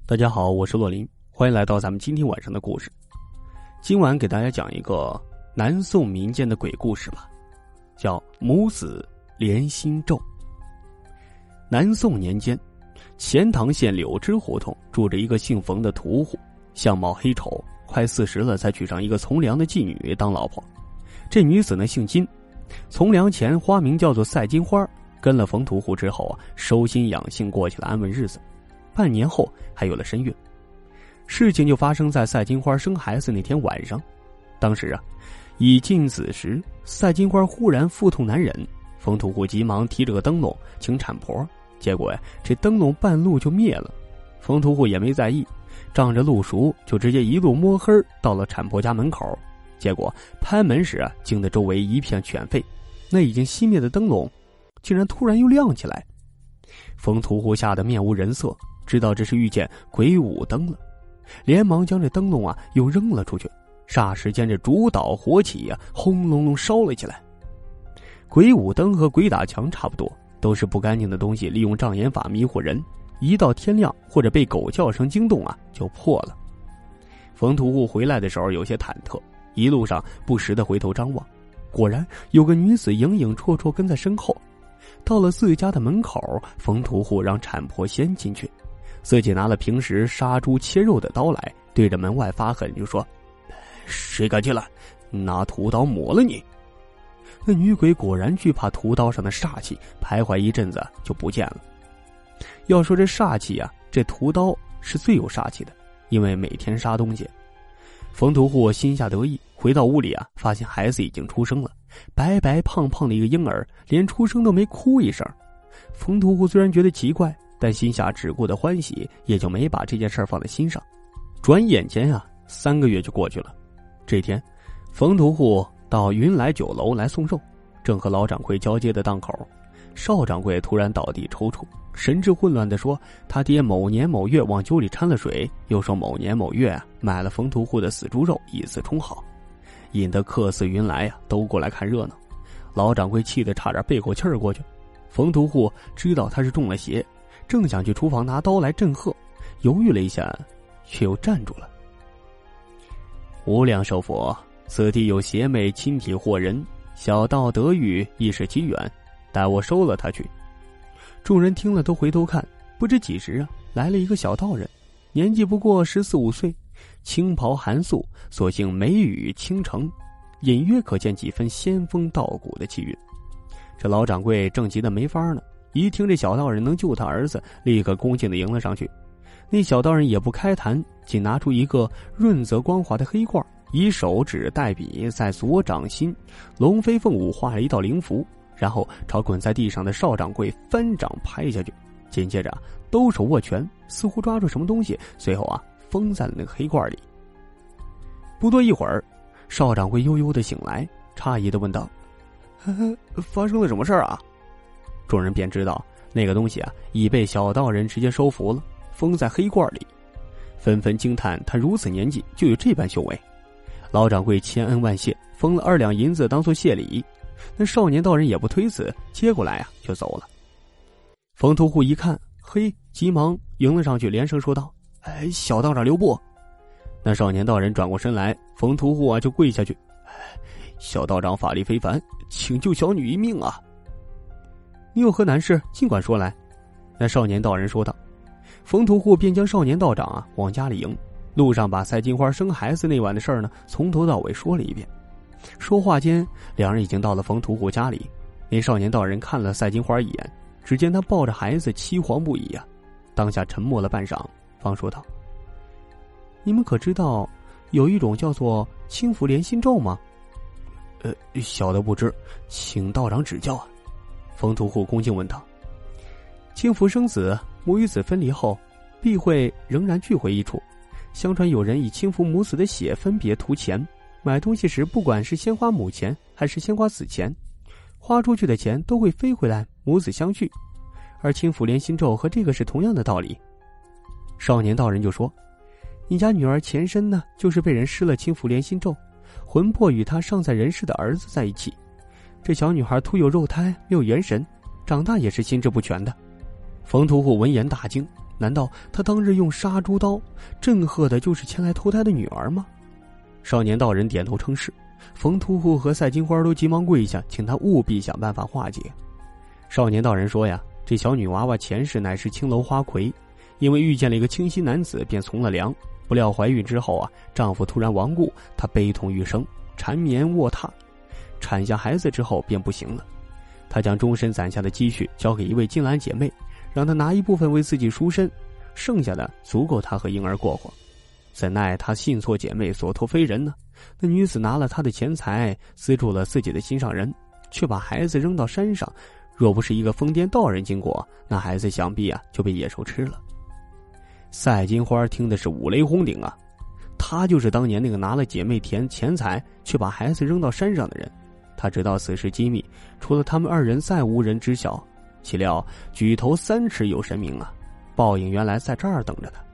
大家好，我是洛林，欢迎来到咱们今天晚上的故事。今晚给大家讲一个南宋民间的鬼故事吧，叫母子连心咒。南宋年间，钱塘县柳枝胡同住着一个姓冯的屠户，相貌黑丑，快40了才娶上一个从良的妓女当老婆。这女子呢姓金，从良前花名叫做赛金花，跟了冯屠户之后收心养性，过起了安稳日子。半年后还有了身孕。事情就发生在赛金花生孩子那天晚上。当时已近子时，赛金花忽然腹痛难忍，冯屠户急忙提着个灯笼请产婆，结果这灯笼半路就灭了。冯屠户也没在意，仗着路熟，就直接一路摸黑到了产婆家门口。结果拍门时惊得周围一片犬吠，那已经熄灭的灯笼竟然突然又亮起来。冯屠户吓得面无人色，知道这是遇见鬼舞灯了，连忙将这灯笼又扔了出去。霎时间这烛岛火起轰隆隆烧了起来。鬼舞灯和鬼打墙差不多，都是不干净的东西利用障眼法迷惑人，一到天亮或者被狗叫声惊动就破了。冯屠户回来的时候有些忐忑，一路上不时地回头张望，果然有个女子影影绰绰跟在身后。到了自家的门口，冯屠户让产婆先进去，自己拿了平时杀猪切肉的刀来，对着门外发狠就说：谁敢进来，拿屠刀抹了你。那女鬼果然惧怕屠刀上的煞气，徘徊一阵子就不见了。要说这煞气这屠刀是最有煞气的，因为每天杀东西。冯屠户心下得意，回到屋里发现孩子已经出生了，白白胖胖的一个婴儿，连出生都没哭一声。冯屠户虽然觉得奇怪，但心下只顾得欢喜，也就没把这件事放在心上。转眼间3个月就过去了。这天，冯屠户到云来酒楼来送肉，正和老掌柜交接的档口，邵掌柜突然倒地抽搐，神志混乱地说他爹某年某月往酒里掺了水，又说某年某月买了冯屠户的死猪肉以次充好，引得客似云来都过来看热闹。老掌柜气得差点背口气儿过去。冯屠户知道他是中了邪，正想去厨房拿刀来震吓，犹豫了一下，却又站住了。无量寿佛，此地有邪魅侵体惑人，小道得遇亦是机缘，待我收了他去。众人听了都回头看，不知几时来了一个小道人，年纪不过14、15岁，青袍寒素，所幸眉宇倾城，隐约可见几分仙风道骨的气韵。这老掌柜正急得没法呢，一听这小道人能救他儿子，立刻恭敬地迎了上去。那小道人也不开坛，仅拿出一个润泽光滑的黑罐，以手指代笔，在左掌心龙飞凤舞画了一道灵符，然后朝滚在地上的邵掌柜翻掌拍下去，紧接着兜手握拳，似乎抓住什么东西，随后封在了那个黑罐里。不多一会儿，邵掌柜悠悠地醒来，诧异地问道：发生了什么事啊？众人便知道那个东西已被小道人直接收服了，封在黑罐里，纷纷惊叹他如此年纪就有这般修为。老掌柜千恩万谢，封了2两银子当作谢礼。那少年道人也不推辞，接过来就走了。冯屠户一看，嘿，急忙迎了上去，连声说道：小道长留步。那少年道人转过身来，冯屠户就跪下去：小道长法力非凡，请救小女一命啊！你有何难事，尽管说来。那少年道人说道。冯屠户便将少年道长往家里迎，路上把赛金花生孩子那晚的事儿从头到尾说了一遍。说话间，两人已经到了冯屠户家里。那少年道人看了赛金花一眼，只见他抱着孩子凄惶不已当下沉默了半晌，方说道：你们可知道有一种叫做轻浮连心咒吗？小的不知，请道长指教冯屠户恭敬问道。轻浮生子，母与子分离后必会仍然聚回一处。相传有人以轻浮母子的血分别涂钱，买东西时不管是先花母钱还是先花子钱，花出去的钱都会飞回来，母子相聚。而轻浮连心咒和这个是同样的道理。少年道人就说：你家女儿前身就是被人施了轻浮连心咒，魂魄与他尚在人世的儿子在一起。这小女孩徒有肉胎，没有元神，长大也是心智不全的。冯屠户闻言大惊， 难道他当日用杀猪刀震吓的就是前来投胎的女儿吗？少年道人点头称是，冯屠户和赛金花都急忙跪下，请他务必想办法化解。少年道人说呀，这小女娃娃前世乃是青楼花魁，因为遇见了一个清溪男子，便从了良。不料怀孕之后啊，丈夫突然亡故，她悲痛欲生，缠绵卧榻，产下孩子之后便不行了。她将终身攒下的积蓄交给一位金兰姐妹，让她拿一部分为自己赎身，剩下的足够她和婴儿过活。怎奈她信错姐妹，所托非人呢？那女子拿了她的钱财，资助了自己的心上人，却把孩子扔到山上。若不是一个疯癫道人经过，那孩子想必啊就被野兽吃了。赛金花听的是五雷轰顶啊！他就是当年那个拿了姐妹钱财，却把孩子扔到山上的人。他知道此事机密，除了他们二人，再无人知晓。岂料举头三尺有神明啊！报应原来在这儿等着他。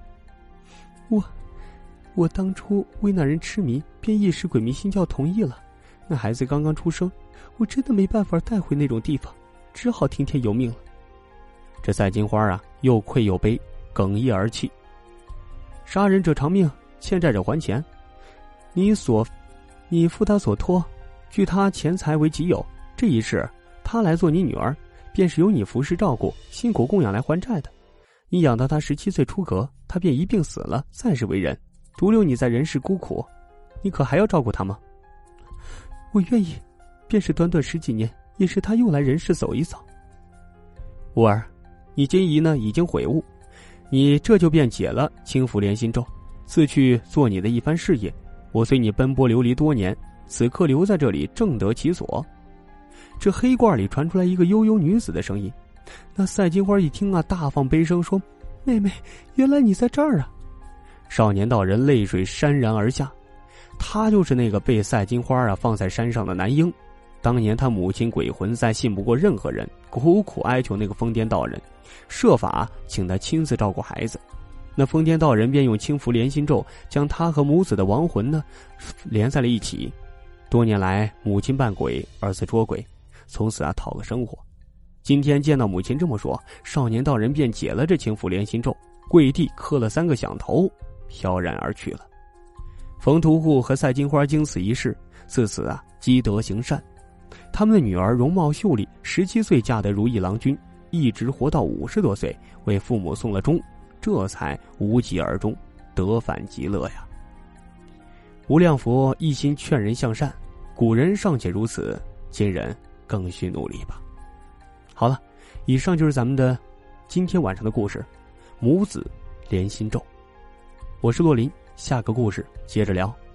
我当初为那人痴迷，便一时鬼迷心窍同意了。那孩子刚刚出生，我真的没办法带回那种地方，只好听天由命了。这赛金花啊，又愧又悲，哽咽而泣。杀人者偿命，欠债者还钱。你负他所托，据他钱财为己有，这一世他来做你女儿，便是由你服侍照顾，辛苦供养来还债的。你养到他17岁出阁，他便一病死了，暂时为人，独留你在人世孤苦，你可还要照顾他吗？我愿意，便是短短10几年，也是他又来人世走一遭。吾儿，你今姨呢已经悔悟，你这就便解了轻浮连心咒，自去做你的一番事业。我随你奔波流离多年，此刻留在这里正得其所。这黑罐里传出来一个悠悠女子的声音。那赛金花一听啊，大放悲声说：妹妹，原来你在这儿啊！少年道人泪水潸然而下，他就是那个被赛金花啊放在山上的男婴。当年他母亲鬼魂再信不过任何人，苦苦哀求那个疯癫道人，设法请他亲自照顾孩子。那疯癫道人便用轻浮连心咒将他和母子的亡魂呢连在了一起。多年来，母亲扮鬼，儿子捉鬼，从此啊讨个生活。今天见到母亲这么说，少年道人便解了这轻浮连心咒，跪地磕了3个响头，飘然而去了。冯屠户和赛金花经此一事，自此啊积德行善。他们的女儿容貌秀丽，17岁嫁得如意郎君，一直活到50多岁，为父母送了终，这才无疾而终，得返极乐呀。无量佛一心劝人向善，古人尚且如此，今人更需努力吧。好了，以上就是咱们的今天晚上的故事，母子连心咒。我是洛林，下个故事接着聊。